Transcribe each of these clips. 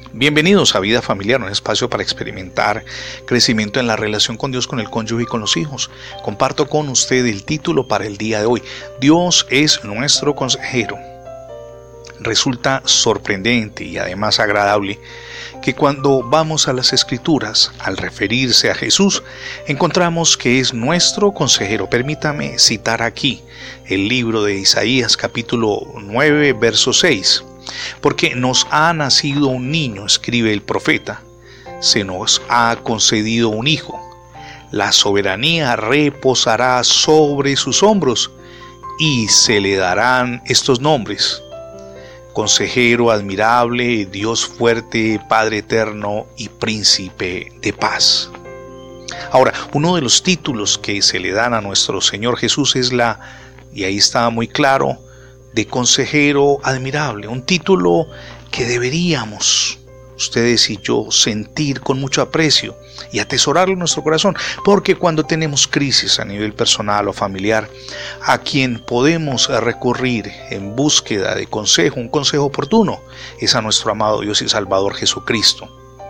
Bienvenidos a Vida Familiar, un espacio para experimentar crecimiento en la relación con Dios, con el cónyuge y con los hijos. Comparto con usted el título para el día de hoy. Dios es nuestro consejero. Resulta sorprendente y además agradable que cuando vamos a las Escrituras, al referirse a Jesús, encontramos que es nuestro consejero. Permítame citar aquí el libro de Isaías, capítulo 9, verso 6. Porque nos ha nacido un niño, escribe el profeta, se nos ha concedido un hijo. La soberanía reposará sobre sus hombros y se le darán estos nombres: Consejero admirable, Dios fuerte, Padre eterno y Príncipe de paz. Ahora, uno de los títulos que se le dan a nuestro Señor Jesús es y ahí está muy claro, de consejero admirable, un título que deberíamos, ustedes y yo, sentir con mucho aprecio y atesorarlo en nuestro corazón, porque cuando tenemos crisis a nivel personal o familiar, a quien podemos recurrir en búsqueda de consejo, un consejo oportuno, es a nuestro amado Dios y Salvador Jesucristo.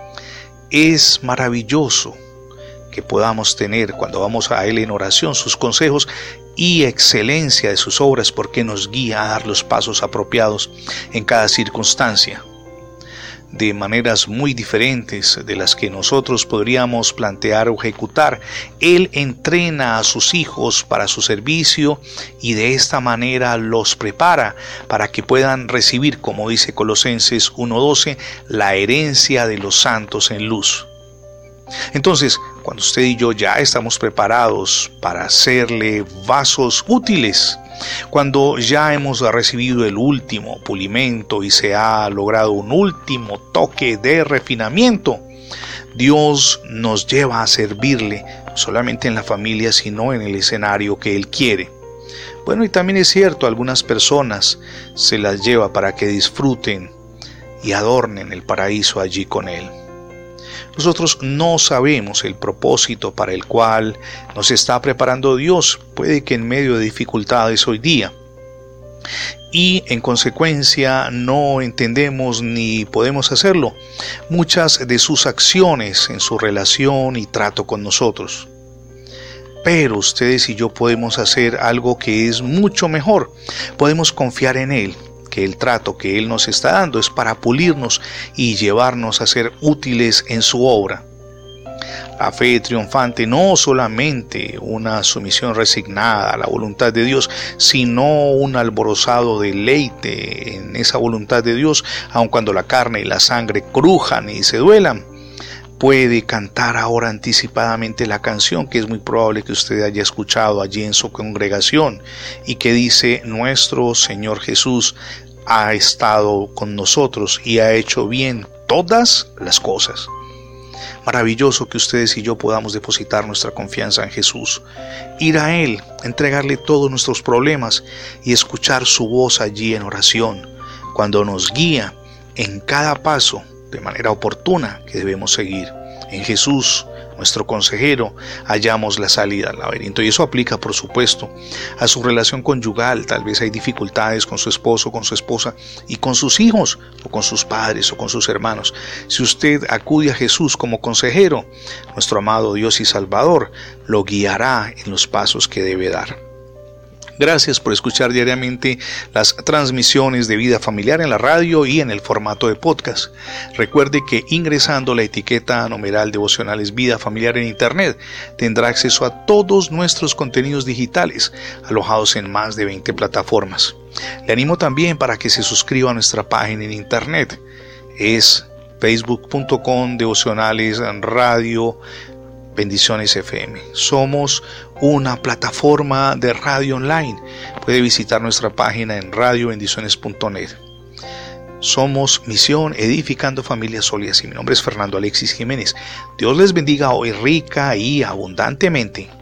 Es maravilloso que podamos tener, cuando vamos a Él en oración, sus consejos y excelencia de sus obras, porque nos guía a dar los pasos apropiados en cada circunstancia, de maneras muy diferentes de las que nosotros podríamos plantear o ejecutar. Él entrena a sus hijos para su servicio y de esta manera los prepara para que puedan recibir, como dice Colosenses 1:12, la herencia de los santos en luz. Entonces, cuando usted y yo ya estamos preparados para hacerle vasos útiles, cuando ya hemos recibido el último pulimento y se ha logrado un último toque de refinamiento, Dios nos lleva a servirle, no solamente en la familia, sino en el escenario que Él quiere. Bueno, y también es cierto, algunas personas se las lleva para que disfruten y adornen el paraíso allí con Él. Nosotros no sabemos el propósito para el cual nos está preparando Dios. Puede que en medio de dificultades hoy día, y en consecuencia no entendemos ni podemos hacerlo muchas de sus acciones en su relación y trato con nosotros. Pero ustedes y yo podemos hacer algo que es mucho mejor. Podemos confiar en Él, que el trato que Él nos está dando es para pulirnos y llevarnos a ser útiles en su obra. La fe triunfante no solamente una sumisión resignada a la voluntad de Dios, sino un alborozado deleite en esa voluntad de Dios, aun cuando la carne y la sangre crujan y se duelan. Puede cantar ahora anticipadamente la canción que es muy probable que usted haya escuchado allí en su congregación y que dice: nuestro Señor Jesús ha estado con nosotros y ha hecho bien todas las cosas. Maravilloso que ustedes y yo podamos depositar nuestra confianza en Jesús, ir a Él, entregarle todos nuestros problemas y escuchar su voz allí en oración, cuando nos guía en cada paso de manera oportuna que debemos seguir. En Jesús, nuestro consejero, hallamos la salida al laberinto. Y eso aplica, por supuesto, a su relación conyugal. Tal vez hay dificultades con su esposo, con su esposa y con sus hijos, o con sus padres, o con sus hermanos. Si usted acude a Jesús como consejero, nuestro amado Dios y Salvador lo guiará en los pasos que debe dar. Gracias por escuchar diariamente las transmisiones de Vida Familiar en la radio y en el formato de podcast. Recuerde que ingresando la etiqueta numeral Devocionales Vida Familiar en Internet tendrá acceso a todos nuestros contenidos digitales alojados en más de 20 plataformas. Le animo también para que se suscriba a nuestra página en Internet. Es facebook.com/Devocionales Radio Bendiciones FM. Somos una plataforma de radio online. Puede visitar nuestra página en radiobendiciones.net. Somos Misión Edificando Familias Sólidas y mi nombre es Fernando Alexis Jiménez. Dios les bendiga hoy rica y abundantemente.